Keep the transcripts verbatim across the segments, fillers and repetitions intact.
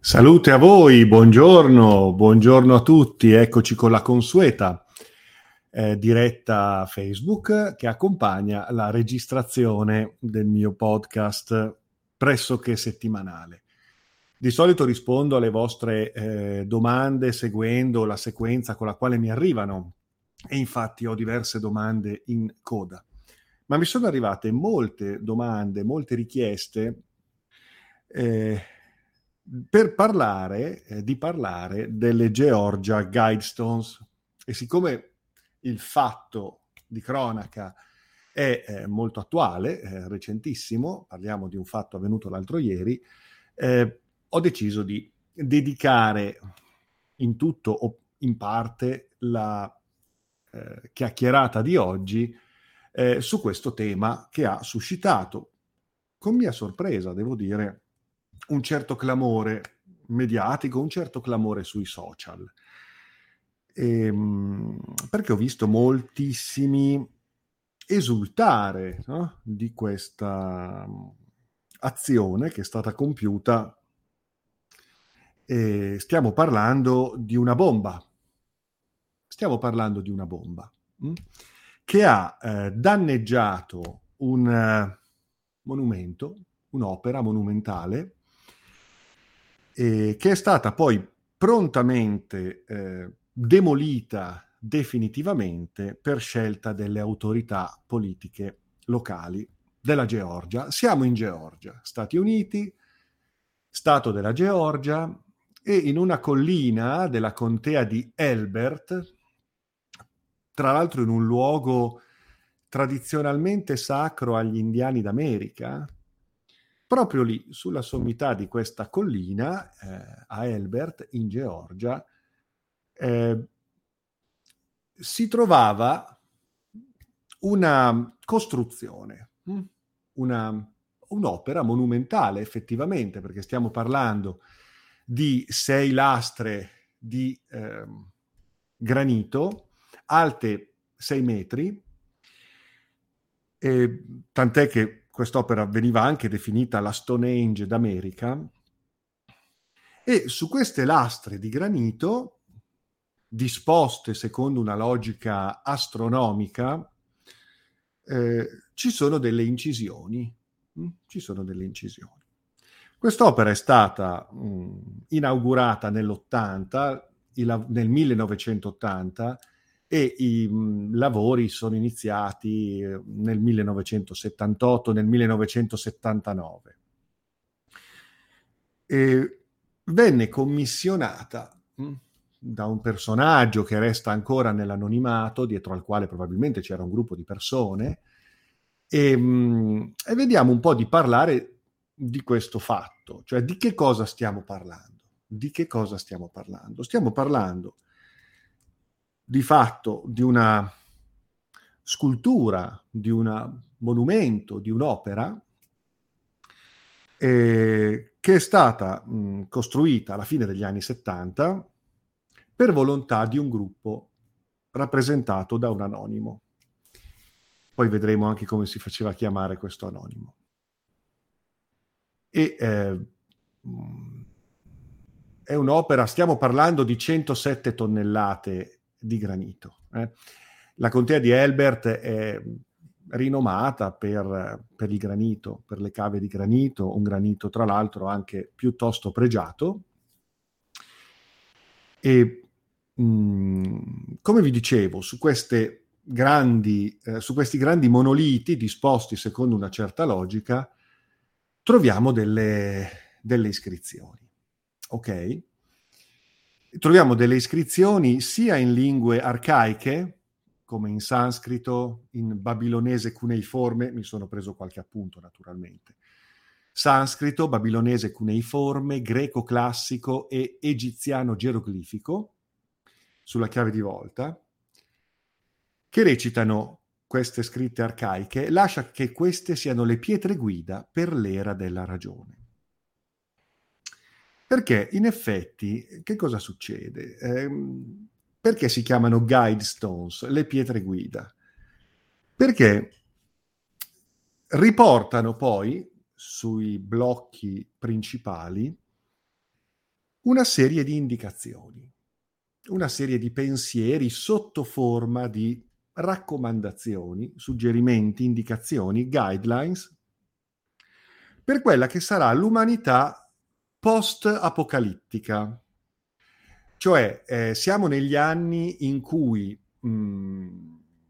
Salute a voi, buongiorno, buongiorno a tutti, eccoci con la consueta eh, diretta Facebook che accompagna la registrazione del mio podcast pressoché settimanale. Di solito rispondo alle vostre eh, domande seguendo la sequenza con la quale mi arrivano e infatti ho diverse domande in coda. Ma mi sono arrivate molte domande, molte richieste eh, per parlare, eh, di parlare delle Georgia Guidestones. E siccome il fatto di cronaca è eh, molto attuale, eh, recentissimo, parliamo di un fatto avvenuto l'altro ieri, eh, ho deciso di dedicare in tutto o in parte la eh, chiacchierata di oggi eh, su questo tema che ha suscitato, con mia sorpresa, devo dire, un certo clamore mediatico, un certo clamore sui social. Ehm, perché ho visto moltissimi esultare, no? Di questa azione che è stata compiuta. E stiamo parlando di una bomba. Stiamo parlando di una bomba mh? che ha eh, danneggiato un uh, monumento, un'opera monumentale, eh, che è stata poi prontamente eh, demolita definitivamente per scelta delle autorità politiche locali della Georgia. Siamo in Georgia, Stati Uniti, Stato della Georgia, e in una collina della contea di Elbert, tra l'altro in un luogo tradizionalmente sacro agli indiani d'America, proprio lì, sulla sommità di questa collina, eh, a Elbert, in Georgia, eh, si trovava una costruzione, una, un'opera monumentale effettivamente, perché stiamo parlando di sei lastre di eh, granito, alte sei metri, e tant'è che quest'opera veniva anche definita la Stonehenge d'America, e su queste lastre di granito, disposte secondo una logica astronomica, eh, ci sono delle incisioni. Mm? Ci sono delle incisioni. Quest'opera è stata mh, inaugurata nell'ottanta, il, nel millenovecentottanta, e i mh, lavori sono iniziati eh, nel millenovecentosettantotto, nel millenovecentosettantanove. E venne commissionata mh, da un personaggio che resta ancora nell'anonimato, dietro al quale probabilmente c'era un gruppo di persone, e, mh, e vediamo un po' di parlare di questo fatto, cioè di che cosa stiamo parlando. Di che cosa stiamo parlando? Stiamo parlando di fatto di una scultura, di un monumento, di un'opera eh, che è stata mh, costruita alla fine degli anni settanta per volontà di un gruppo rappresentato da un anonimo. Poi vedremo anche come si faceva chiamare questo anonimo. E eh, è un'opera, stiamo parlando di centosette tonnellate di granito. Eh. La contea di Elbert è rinomata per, per il granito, per le cave di granito, un granito tra l'altro anche piuttosto pregiato. E mh, come vi dicevo, su queste grandi, eh, su questi grandi monoliti disposti secondo una certa logica, troviamo delle, delle iscrizioni. Ok? Troviamo delle iscrizioni sia in lingue arcaiche, come in sanscrito, in babilonese cuneiforme, mi sono preso qualche appunto naturalmente, sanscrito, babilonese cuneiforme, greco classico e egiziano geroglifico, sulla chiave di volta, che recitano queste scritte arcaiche: lascia che queste siano le pietre guida per l'era della ragione. Perché in effetti, che cosa succede? Ehm, perché si chiamano guide stones, le pietre guida? Perché riportano poi sui blocchi principali una serie di indicazioni, una serie di pensieri sotto forma di raccomandazioni, suggerimenti, indicazioni, guidelines per quella che sarà l'umanità post-apocalittica. Cioè, eh, siamo negli anni in cui mh,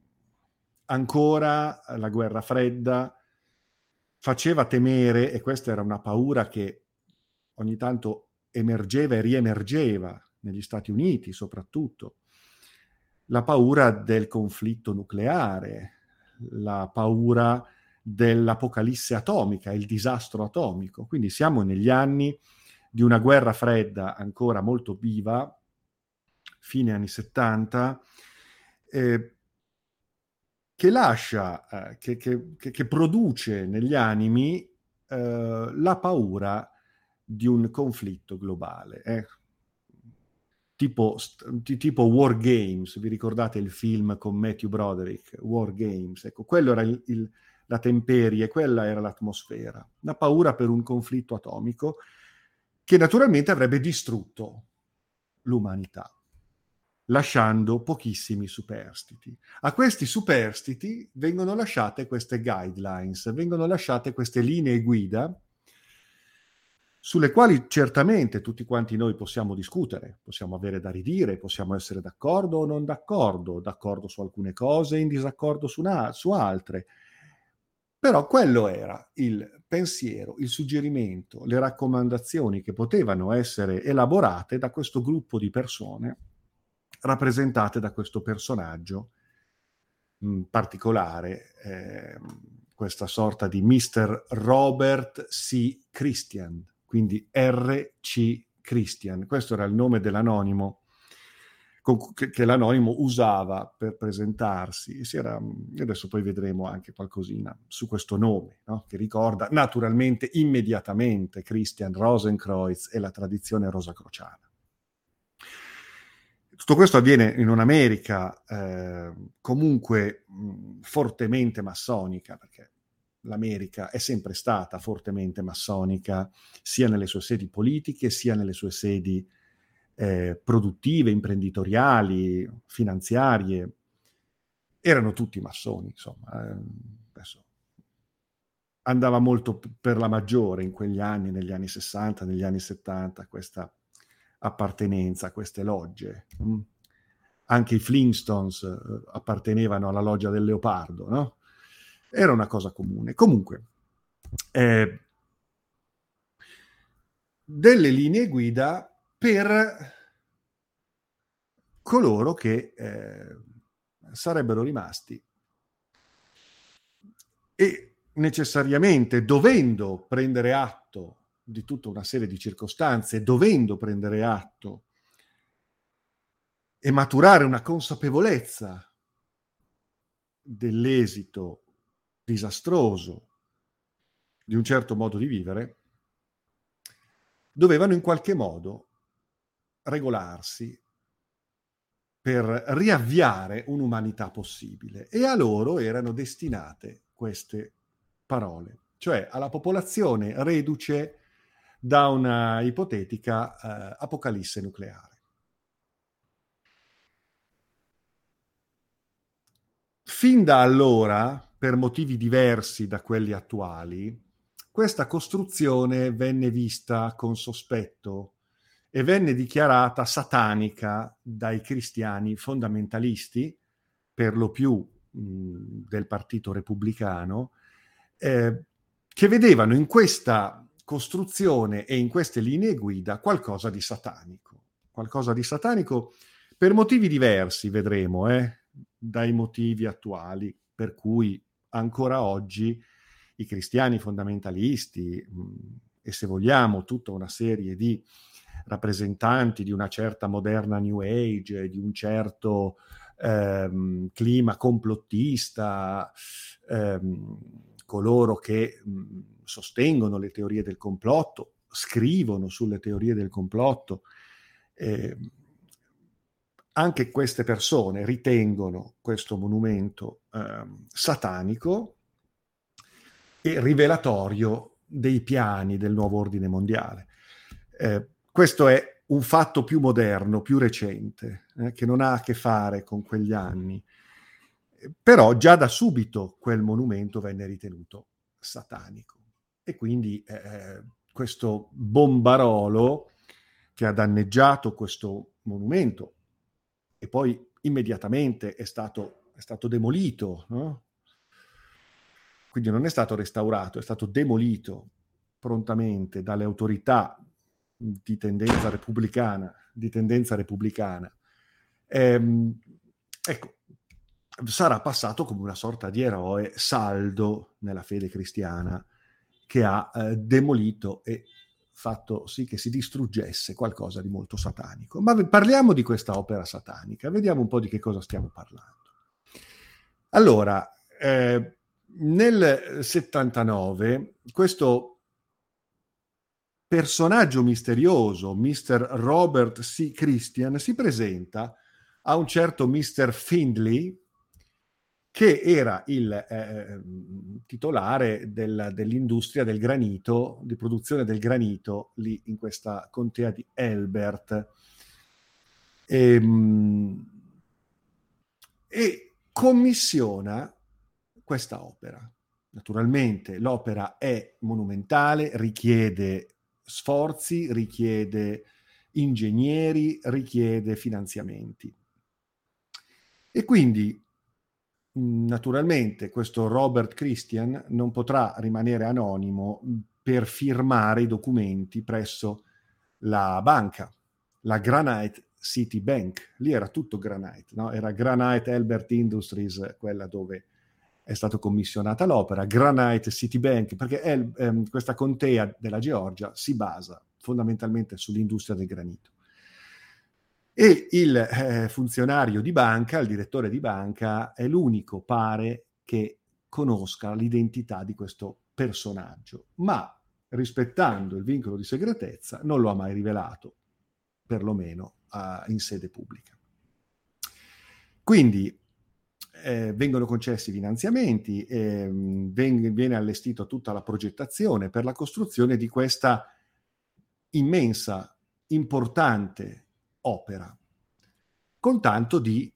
ancora la guerra fredda faceva temere, e questa era una paura che ogni tanto emergeva e riemergeva negli Stati Uniti soprattutto, la paura del conflitto nucleare, la paura dell'apocalisse atomica, il disastro atomico. Quindi siamo negli anni di una guerra fredda ancora molto viva, fine anni settanta, eh, che lascia, eh, che, che, che produce negli animi eh, la paura di un conflitto globale. Eh. Tipo, st- tipo War Games, vi ricordate il film con Matthew Broderick, War Games? Ecco, quello era il, il, la temperie, quella era l'atmosfera, la paura per un conflitto atomico che naturalmente avrebbe distrutto l'umanità, lasciando pochissimi superstiti. A questi superstiti vengono lasciate queste guidelines, vengono lasciate queste linee guida sulle quali certamente tutti quanti noi possiamo discutere, possiamo avere da ridire, possiamo essere d'accordo o non d'accordo, d'accordo su alcune cose, in disaccordo su, una, su altre. Però quello era il pensiero, il suggerimento, le raccomandazioni che potevano essere elaborate da questo gruppo di persone rappresentate da questo personaggio mh, particolare, eh, questa sorta di mister Robert C. Christian, quindi R C. Christian. Questo era il nome dell'anonimo che, che l'anonimo usava per presentarsi. Si era, adesso poi vedremo anche qualcosina su questo nome, no? Che ricorda naturalmente immediatamente Christian Rosenkreuz e la tradizione rosacrociana. Tutto questo avviene in un'America eh, comunque mh, fortemente massonica, perché l'America è sempre stata fortemente massonica, sia nelle sue sedi politiche, sia nelle sue sedi eh, produttive, imprenditoriali, finanziarie. Erano tutti massoni, insomma. Eh, adesso andava molto per la maggiore in quegli anni, negli anni sessanta, negli anni settanta, questa appartenenza a queste logge. Mm. Anche i Flintstones eh, appartenevano alla loggia del leopardo, no? Era una cosa comune. Comunque, eh, delle linee guida per coloro che eh, sarebbero rimasti e necessariamente dovendo prendere atto di tutta una serie di circostanze, dovendo prendere atto e maturare una consapevolezza dell'esito disastroso di un certo modo di vivere, dovevano in qualche modo regolarsi per riavviare un'umanità possibile. E a loro erano destinate queste parole, cioè alla popolazione reduce da una ipotetica eh, apocalisse nucleare. Fin da allora, per motivi diversi da quelli attuali, questa costruzione venne vista con sospetto e venne dichiarata satanica dai cristiani fondamentalisti, per lo più mh, del Partito Repubblicano, eh, che vedevano in questa costruzione e in queste linee guida qualcosa di satanico. Qualcosa di satanico per motivi diversi, vedremo, eh, dai motivi attuali, per cui ancora oggi i cristiani fondamentalisti mh, e se vogliamo tutta una serie di rappresentanti di una certa moderna New Age, di un certo ehm, clima complottista, ehm, coloro che mh, sostengono le teorie del complotto, scrivono sulle teorie del complotto, eh, anche queste persone ritengono questo monumento ehm, satanico e rivelatorio dei piani del nuovo ordine mondiale. Eh, questo è un fatto più moderno, più recente, eh, che non ha a che fare con quegli anni. Però già da subito quel monumento venne ritenuto satanico. E quindi eh, questo bombarolo che ha danneggiato questo monumento e poi immediatamente è stato, è stato demolito, no? Quindi non è stato restaurato, è stato demolito prontamente dalle autorità di tendenza repubblicana, di tendenza repubblicana. Ehm, ecco, sarà passato come una sorta di eroe saldo nella fede cristiana che ha eh, demolito e fatto sì che si distruggesse qualcosa di molto satanico. Ma parliamo di questa opera satanica, vediamo un po' di che cosa stiamo parlando. Allora, eh, nel settantanove questo personaggio misterioso, mister Robert C. Christian, si presenta a un certo mister Findlay, che era il eh, titolare del, dell'industria del granito, di produzione del granito, lì in questa contea di Elbert. E, e commissiona questa opera. Naturalmente l'opera è monumentale, richiede sforzi, richiede ingegneri, richiede finanziamenti. E quindi, naturalmente, questo Robert Christian non potrà rimanere anonimo per firmare i documenti presso la banca, la Granite City Bank. Lì era tutto Granite, no? Era Granite Elbert Industries, quella dove è stata commissionata l'opera, Granite City Bank, perché è, ehm, questa contea della Georgia si basa fondamentalmente sull'industria del granito. E il eh, funzionario di banca, il direttore di banca, è l'unico, pare, che conosca l'identità di questo personaggio, ma rispettando il vincolo di segretezza non lo ha mai rivelato, perlomeno uh, in sede pubblica. Quindi eh, vengono concessi finanziamenti, eh, veng- viene allestita tutta la progettazione per la costruzione di questa immensa, importante opera, con tanto di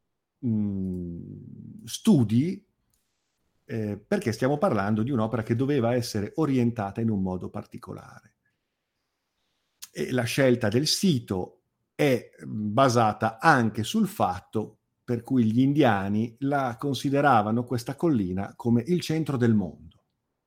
mh, studi, eh, perché stiamo parlando di un'opera che doveva essere orientata in un modo particolare. E la scelta del sito è basata anche sul fatto per cui gli indiani la consideravano, questa collina, come il centro del mondo.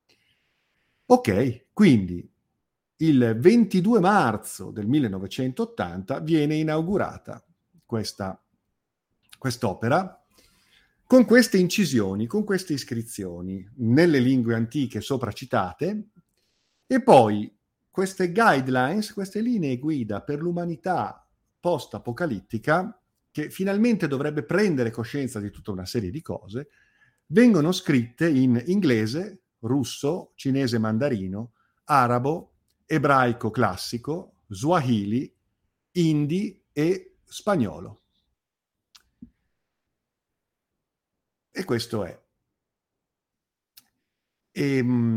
Ok, quindi il ventidue marzo del millenovecentottanta viene inaugurata questa quest'opera con queste incisioni, con queste iscrizioni nelle lingue antiche sopra citate, e poi queste guidelines, queste linee guida per l'umanità post-apocalittica, che finalmente dovrebbe prendere coscienza di tutta una serie di cose, vengono scritte in inglese, russo, cinese mandarino, arabo, ebraico classico, swahili, hindi e spagnolo. E questo è. E,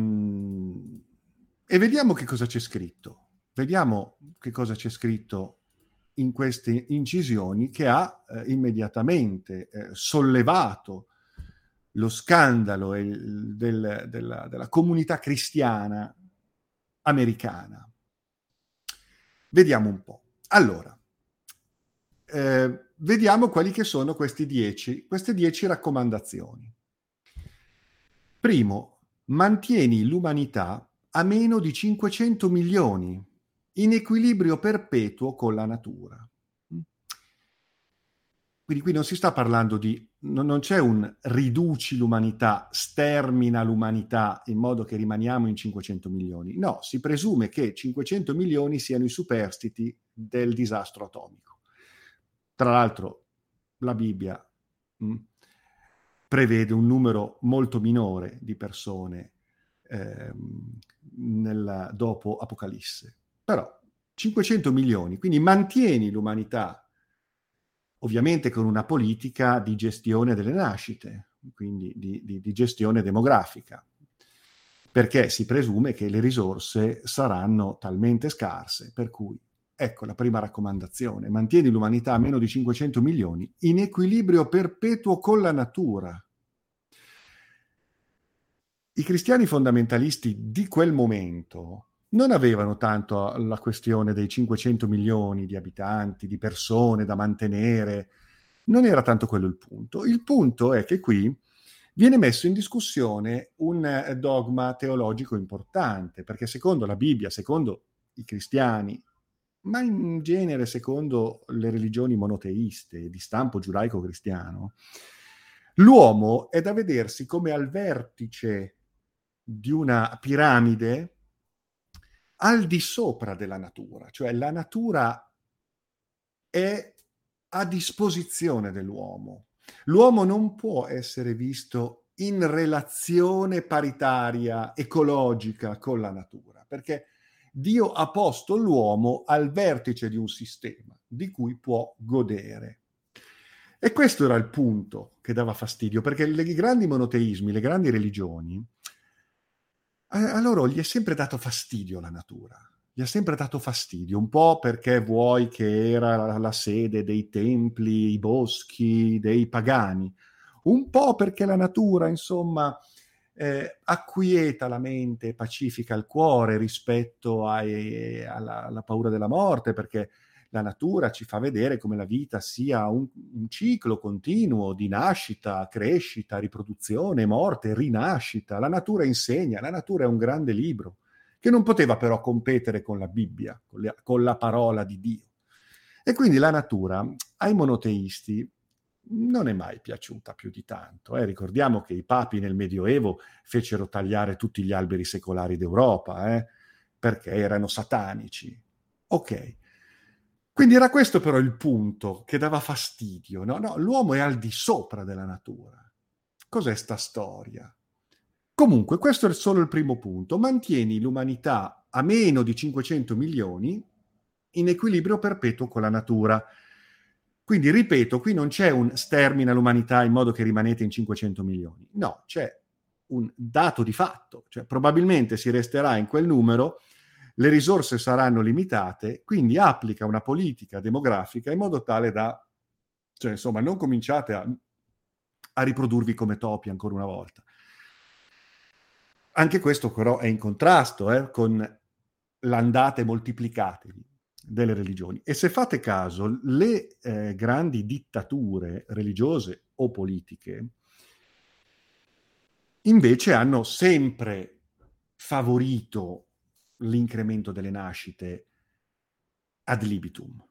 e vediamo che cosa c'è scritto. Vediamo che cosa c'è scritto in queste incisioni che ha eh, immediatamente eh, sollevato lo scandalo il, del, della, della comunità cristiana americana. Vediamo un po'. Allora, eh, vediamo quali che sono questi dieci, queste dieci raccomandazioni. Primo, mantieni l'umanità a meno di cinquecento milioni, in equilibrio perpetuo con la natura. Quindi qui non si sta parlando di, non, non c'è un riduci l'umanità, stermina l'umanità in modo che rimaniamo in cinquecento milioni. No, si presume che cinquecento milioni siano i superstiti del disastro atomico. Tra l'altro la Bibbia mh, prevede un numero molto minore di persone ehm, nel, dopo Apocalisse. Però cinquecento milioni, quindi mantieni l'umanità ovviamente con una politica di gestione delle nascite, quindi di, di, di gestione demografica, perché si presume che le risorse saranno talmente scarse per cui Ecco la prima raccomandazione: mantieni l'umanità a meno di cinquecento milioni in equilibrio perpetuo con la natura. I cristiani fondamentalisti di quel momento non avevano tanto la questione dei cinquecento milioni di abitanti, di persone da mantenere, non era tanto quello il punto. Il punto è che qui viene messo in discussione un dogma teologico importante, perché secondo la Bibbia, secondo i cristiani, ma in genere secondo le religioni monoteiste di stampo giudaico-cristiano, l'uomo è da vedersi come al vertice di una piramide al di sopra della natura, cioè la natura è a disposizione dell'uomo. L'uomo non può essere visto in relazione paritaria, ecologica con la natura, perché Dio ha posto l'uomo al vertice di un sistema di cui può godere. E questo era il punto che dava fastidio, perché i grandi monoteismi, le grandi religioni, a loro gli è sempre dato fastidio la natura, gli ha sempre dato fastidio, un po' perché vuoi che era la sede dei templi, i boschi, dei pagani, un po' perché la natura, insomma, eh, acquieta la mente, pacifica il cuore rispetto ai, alla, alla paura della morte, perché la natura ci fa vedere come la vita sia un, un ciclo continuo di nascita, crescita, riproduzione, morte, rinascita. La natura insegna, la natura è un grande libro, che non poteva però competere con la Bibbia, con, le, con la parola di Dio. E quindi la natura ai monoteisti non è mai piaciuta più di tanto. Eh. Ricordiamo che i papi nel Medioevo fecero tagliare tutti gli alberi secolari d'Europa, eh, perché erano satanici. Ok. Quindi era questo però il punto che dava fastidio, no? No, l'uomo è al di sopra della natura. Cos'è sta storia? Comunque, questo è solo il primo punto. Mantieni l'umanità a meno di cinquecento milioni in equilibrio perpetuo con la natura. Quindi, ripeto, qui non c'è un stermina l'umanità in modo che rimanete in cinquecento milioni. No, c'è un dato di fatto. Cioè, probabilmente si resterà in quel numero, le risorse saranno limitate, quindi applica una politica demografica in modo tale da, cioè, insomma, non cominciate a, a riprodurvi come topi ancora una volta. Anche questo però è in contrasto eh, con l'andate moltiplicatevi delle religioni. E se fate caso, le eh, grandi dittature religiose o politiche invece hanno sempre favorito l'incremento delle nascite ad libitum.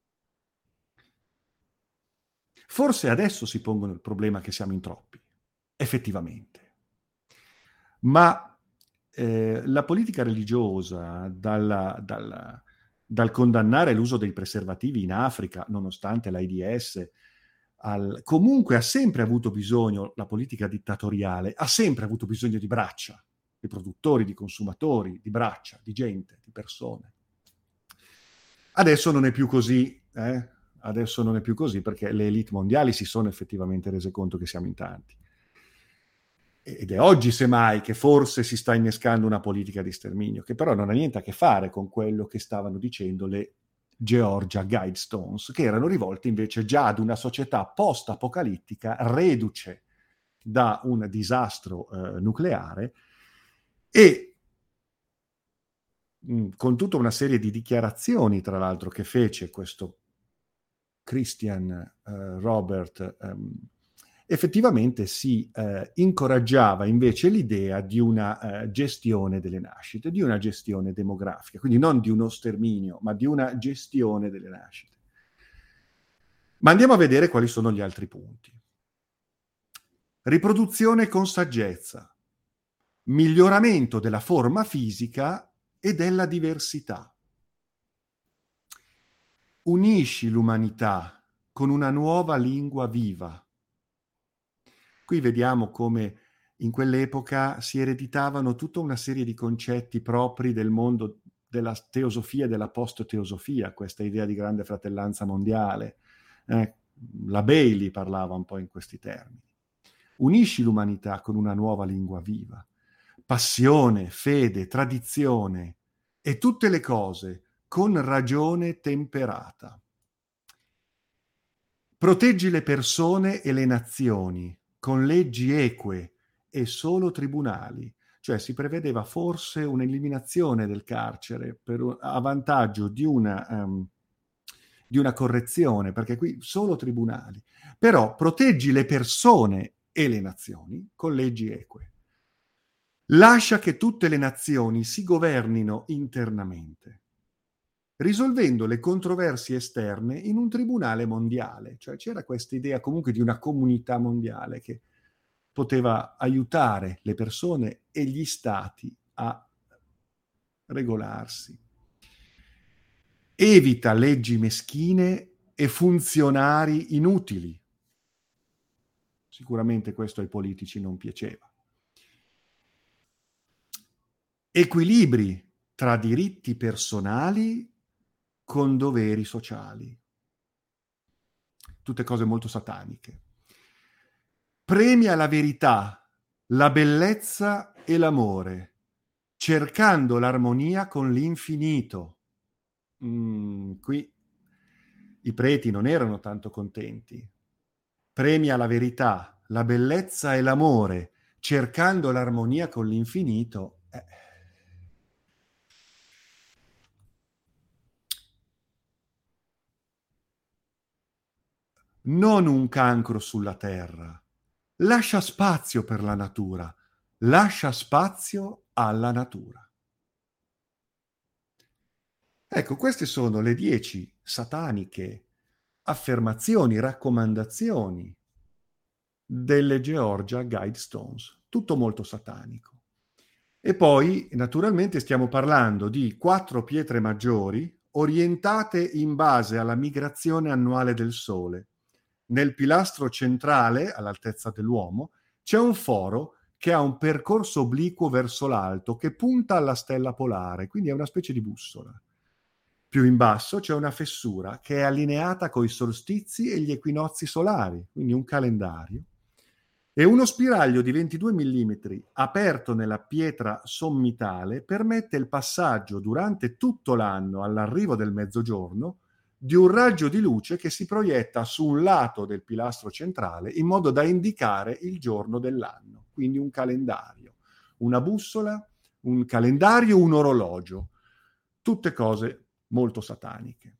Forse adesso si pongono il problema che siamo in troppi, effettivamente. Ma eh, la politica religiosa, dalla, dalla, dal condannare l'uso dei preservativi in Africa, nonostante l'AIDS, al, comunque ha sempre avuto bisogno, la politica dittatoriale, ha sempre avuto bisogno di braccia, di produttori, di consumatori, di braccia, di gente, di persone. Adesso non è più così, eh? Adesso non è più così perché le elite mondiali si sono effettivamente rese conto che siamo in tanti. Ed è oggi, semmai, che forse si sta innescando una politica di sterminio, che però non ha niente a che fare con quello che stavano dicendo le Georgia Guidestones, che erano rivolte invece già ad una società post-apocalittica, reduce da un disastro eh, nucleare e mh, con tutta una serie di dichiarazioni, tra l'altro, che fece questo Christian eh, Robert, ehm, effettivamente si eh, incoraggiava invece l'idea di una eh, gestione delle nascite, di una gestione demografica, quindi non di uno sterminio, ma di una gestione delle nascite. Ma andiamo a vedere quali sono gli altri punti. Riproduzione con saggezza, miglioramento della forma fisica e della diversità. Unisci l'umanità con una nuova lingua viva. Qui vediamo come in quell'epoca si ereditavano tutta una serie di concetti propri del mondo della teosofia e della post-teosofia, questa idea di grande fratellanza mondiale. Eh, la Bailey parlava un po' in questi termini. Unisci l'umanità con una nuova lingua viva. Passione, fede, tradizione e tutte le cose con ragione temperata. Proteggi le persone e le nazioni con leggi eque e solo tribunali. Cioè si prevedeva forse un'eliminazione del carcere per, a vantaggio di una, um, di una correzione, perché qui solo tribunali. Però proteggi le persone e le nazioni con leggi eque. Lascia che tutte le nazioni si governino internamente, risolvendo le controversie esterne in un tribunale mondiale. Cioè c'era questa idea comunque di una comunità mondiale che poteva aiutare le persone e gli stati a regolarsi. Evita leggi meschine e funzionari inutili. Sicuramente questo ai politici non piaceva. Equilibri tra diritti personali con doveri sociali. Tutte cose molto sataniche. Premia la verità, la bellezza e l'amore, cercando l'armonia con l'infinito. Mm, qui i preti non erano tanto contenti. Premia la verità, la bellezza e l'amore, cercando l'armonia con l'infinito. Eh. Non un cancro sulla terra. Lascia spazio per la natura. Lascia spazio alla natura. Ecco, queste sono le dieci sataniche affermazioni, raccomandazioni delle Georgia Guidestones. Tutto molto satanico. E poi, naturalmente, stiamo parlando di quattro pietre maggiori orientate in base alla migrazione annuale del Sole. Nel pilastro centrale, all'altezza dell'uomo, c'è un foro che ha un percorso obliquo verso l'alto che punta alla stella polare, quindi è una specie di bussola. Più in basso c'è una fessura che è allineata coi solstizi e gli equinozi solari, quindi un calendario. E uno spiraglio di ventidue millimetri aperto nella pietra sommitale permette il passaggio durante tutto l'anno all'arrivo del mezzogiorno di un raggio di luce che si proietta su un lato del pilastro centrale in modo da indicare il giorno dell'anno, quindi un calendario, una bussola, un calendario, un orologio, tutte cose molto sataniche.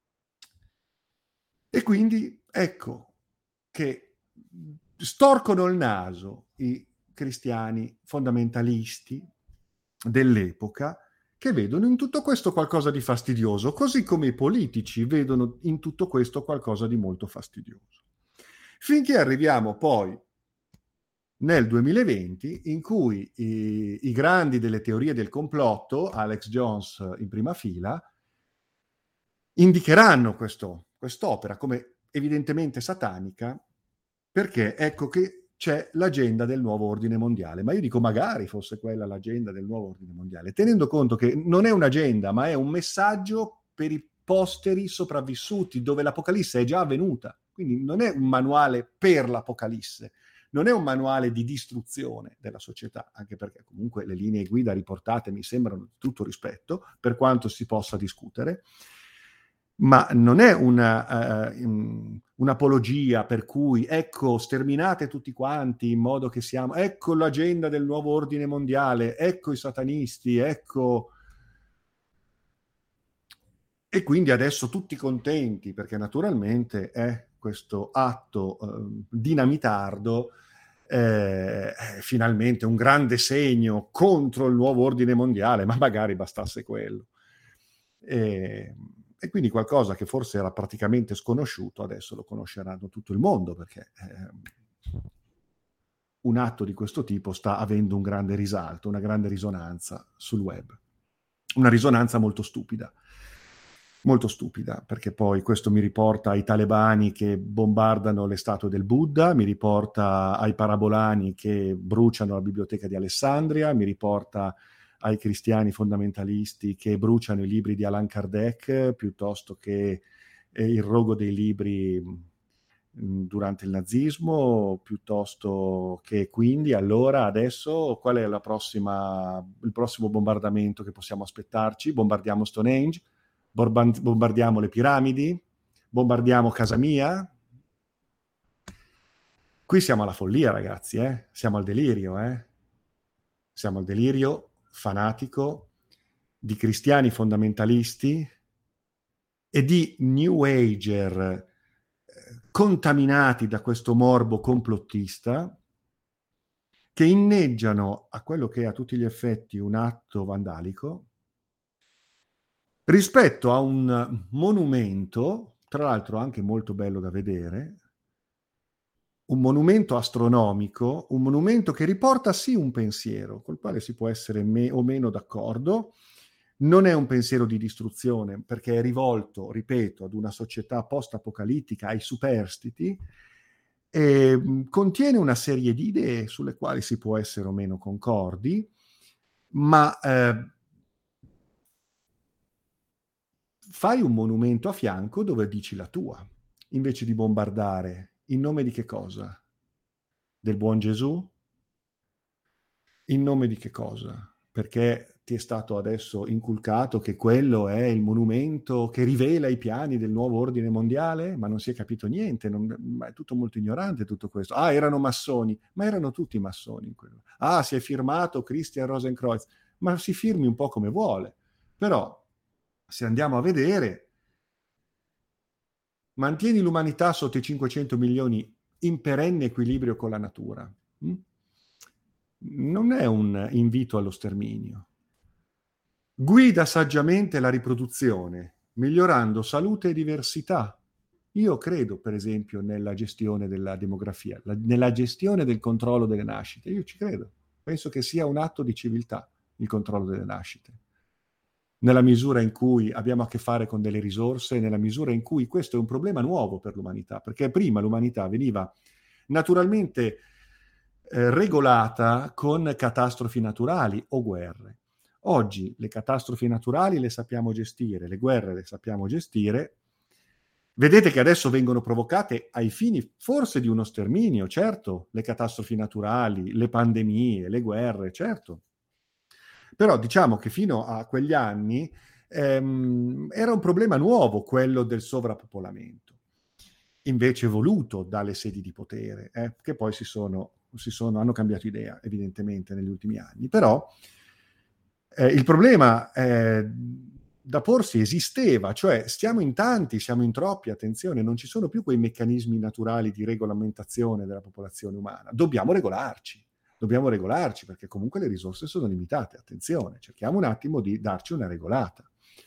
E quindi ecco che storcono il naso i cristiani fondamentalisti dell'epoca che vedono in tutto questo qualcosa di fastidioso, così come i politici vedono in tutto questo qualcosa di molto fastidioso. Finché arriviamo poi nel duemilaventi, in cui i, i grandi delle teorie del complotto, Alex Jones in prima fila, indicheranno questo, quest'opera come evidentemente satanica, perché ecco che c'è l'agenda del nuovo ordine mondiale. Ma io dico magari fosse quella l'agenda del nuovo ordine mondiale, tenendo conto che non è un'agenda, ma è un messaggio per i posteri sopravvissuti, dove l'Apocalisse è già avvenuta. Quindi non è un manuale per l'Apocalisse, non è un manuale di distruzione della società, anche perché comunque le linee guida riportate mi sembrano di tutto rispetto, per quanto si possa discutere, ma non è una, uh, un'apologia per cui ecco sterminate tutti quanti in modo che siamo, ecco l'agenda del nuovo ordine mondiale, ecco i satanisti, ecco, e quindi adesso tutti contenti perché naturalmente è questo atto uh, dinamitardo eh, è finalmente un grande segno contro il nuovo ordine mondiale, ma magari bastasse quello. E, E quindi qualcosa che forse era praticamente sconosciuto, adesso lo conosceranno tutto il mondo, perché eh, un atto di questo tipo sta avendo un grande risalto, una grande risonanza sul web. Una risonanza molto stupida, molto stupida, perché poi questo mi riporta ai talebani che bombardano le statue del Buddha, mi riporta ai parabolani che bruciano la biblioteca di Alessandria, mi riporta ai cristiani fondamentalisti che bruciano i libri di Allan Kardec piuttosto che eh, il rogo dei libri mh, durante il nazismo, piuttosto che quindi allora adesso qual è la prossima, il prossimo bombardamento che possiamo aspettarci? Bombardiamo Stonehenge? bombardiamo le piramidi, bombardiamo casa mia. Qui siamo alla follia, ragazzi, eh? Siamo al delirio, eh? Siamo al delirio fanatico di cristiani fondamentalisti e di New Ager eh, contaminati da questo morbo complottista, che inneggiano a quello che è a tutti gli effetti un atto vandalico rispetto a un monumento, tra l'altro anche molto bello da vedere, un monumento astronomico, un monumento che riporta sì un pensiero, col quale si può essere me- o meno d'accordo. Non è un pensiero di distruzione, perché è rivolto, ripeto, ad una società post-apocalittica, ai superstiti, e mh, contiene una serie di idee sulle quali si può essere o meno concordi, ma eh, fai un monumento a fianco dove dici la tua, invece di bombardare. In nome di che cosa? Del buon Gesù? In nome di che cosa? Perché ti è stato adesso inculcato che quello è il monumento che rivela i piani del nuovo ordine mondiale? Ma non si è capito niente, non, ma è tutto molto ignorante tutto questo. Ah, erano massoni, ma erano tutti massoni in quello. Ah, si è firmato Christian Rosenkreuz, ma si firmi un po' come vuole. Però, se andiamo a vedere, mantieni l'umanità sotto i cinquecento milioni in perenne equilibrio con la natura. Hm? Non è un invito allo sterminio. Guida saggiamente la riproduzione, migliorando salute e diversità. Io credo, per esempio, nella gestione della demografia, la, nella gestione del controllo delle nascite. Io ci credo. Penso che sia un atto di civiltà il controllo delle nascite. Nella misura in cui abbiamo a che fare con delle risorse, nella misura in cui questo è un problema nuovo per l'umanità, perché prima l'umanità veniva naturalmente eh, regolata con catastrofi naturali o guerre. Oggi le catastrofi naturali le sappiamo gestire, le guerre le sappiamo gestire. Vedete che adesso vengono provocate ai fini forse di uno sterminio, certo, le catastrofi naturali, le pandemie, le guerre, certo. Però diciamo che fino a quegli anni ehm, era un problema nuovo quello del sovrappopolamento, invece voluto dalle sedi di potere, eh, che poi si sono, si sono, hanno cambiato idea evidentemente negli ultimi anni. Però eh, il problema eh, da porsi esisteva, cioè stiamo in tanti, siamo in troppi, attenzione, non ci sono più quei meccanismi naturali di regolamentazione della popolazione umana, dobbiamo regolarci. Dobbiamo regolarci perché comunque le risorse sono limitate, attenzione, cerchiamo un attimo di darci una regolata.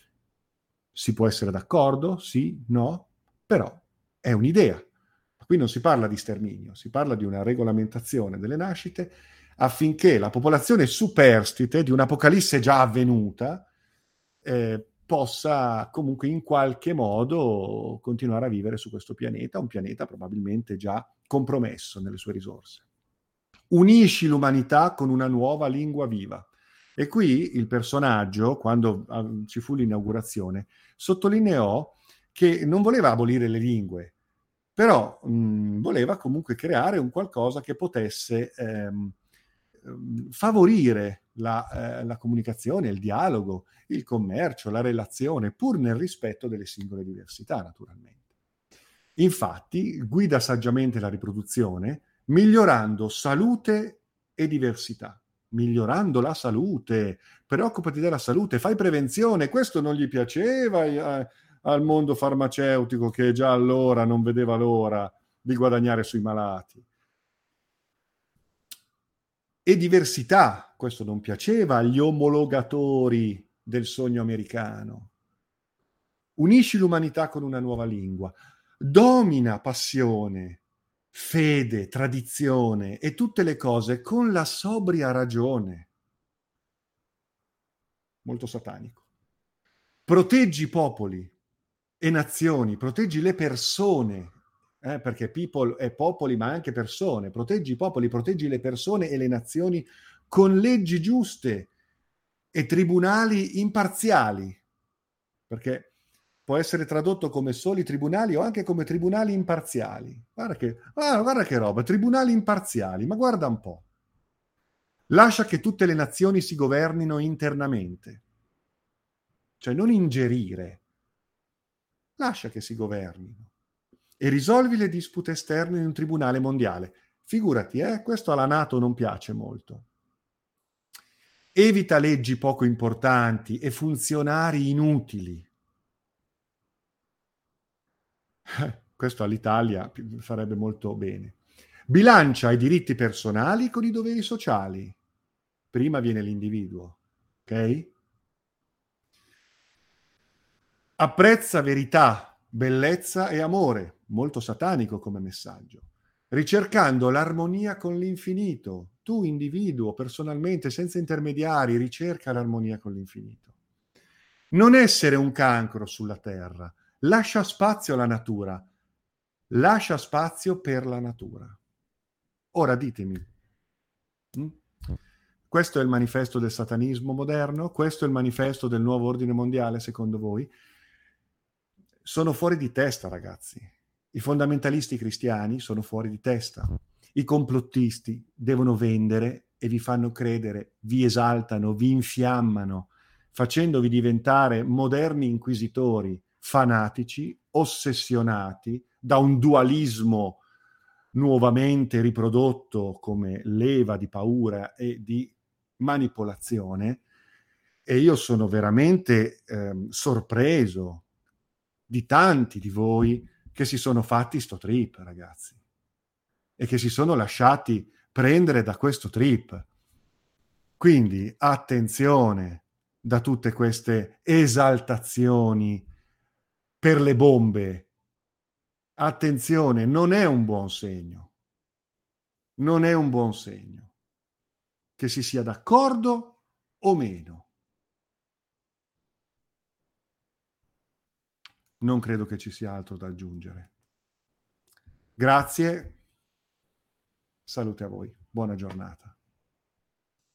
Si può essere d'accordo? Sì? No? Però è un'idea. Qui non si parla di sterminio, si parla di una regolamentazione delle nascite affinché la popolazione superstite di un'apocalisse già avvenuta eh, possa comunque in qualche modo continuare a vivere su questo pianeta, un pianeta probabilmente già compromesso nelle sue risorse. Unisci l'umanità con una nuova lingua viva. E qui il personaggio, quando uh, ci fu l'inaugurazione, sottolineò che non voleva abolire le lingue, però mh, voleva comunque creare un qualcosa che potesse ehm, favorire la, eh, la comunicazione, il dialogo, il commercio, la relazione, pur nel rispetto delle singole diversità, naturalmente. Infatti, guida saggiamente la riproduzione, migliorando salute e diversità. Migliorando la salute, preoccupati della salute, fai prevenzione. Questo non gli piaceva eh, al mondo farmaceutico, che già allora non vedeva l'ora di guadagnare sui malati. E diversità, questo non piaceva agli omologatori del sogno americano. Unisci l'umanità con una nuova lingua, domina passione, fede, tradizione e tutte le cose con la sobria ragione. Molto satanico. Proteggi popoli e nazioni, proteggi le persone, eh, perché people è popoli ma anche persone, proteggi i popoli, proteggi le persone e le nazioni con leggi giuste e tribunali imparziali, perché può essere tradotto come soli tribunali o anche come tribunali imparziali. Guarda che, ah, guarda che roba, tribunali imparziali, ma guarda un po'. Lascia che tutte le nazioni si governino internamente, cioè non ingerire, lascia che si governino e risolvi le dispute esterne in un tribunale mondiale. Figurati, eh, questo alla NATO non piace molto. Evita leggi poco importanti e funzionari inutili. Questo all'Italia farebbe molto bene. Bilancia i diritti personali con i doveri sociali. Prima viene l'individuo, ok? Apprezza verità, bellezza e amore, molto satanico come messaggio, ricercando l'armonia con l'infinito. Tu, individuo, personalmente, senza intermediari, ricerca l'armonia con l'infinito. Non essere un cancro sulla terra, lascia spazio alla natura, lascia spazio per la natura. Ora ditemi, hm? Questo è il manifesto del satanismo moderno? Questo è il manifesto del nuovo ordine mondiale, secondo voi? Sono fuori di testa, ragazzi. I fondamentalisti cristiani sono fuori di testa. I complottisti devono vendere e vi fanno credere, vi esaltano, vi infiammano, facendovi diventare moderni inquisitori, fanatici, ossessionati da un dualismo nuovamente riprodotto come leva di paura e di manipolazione. E io sono veramente ehm, sorpreso di tanti di voi che si sono fatti sto trip, ragazzi, e che si sono lasciati prendere da questo trip. Quindi attenzione da tutte queste esaltazioni per le bombe. Attenzione, non è un buon segno. Non è un buon segno che si sia d'accordo o meno. Non credo che ci sia altro da aggiungere. Grazie. Salute a voi. Buona giornata.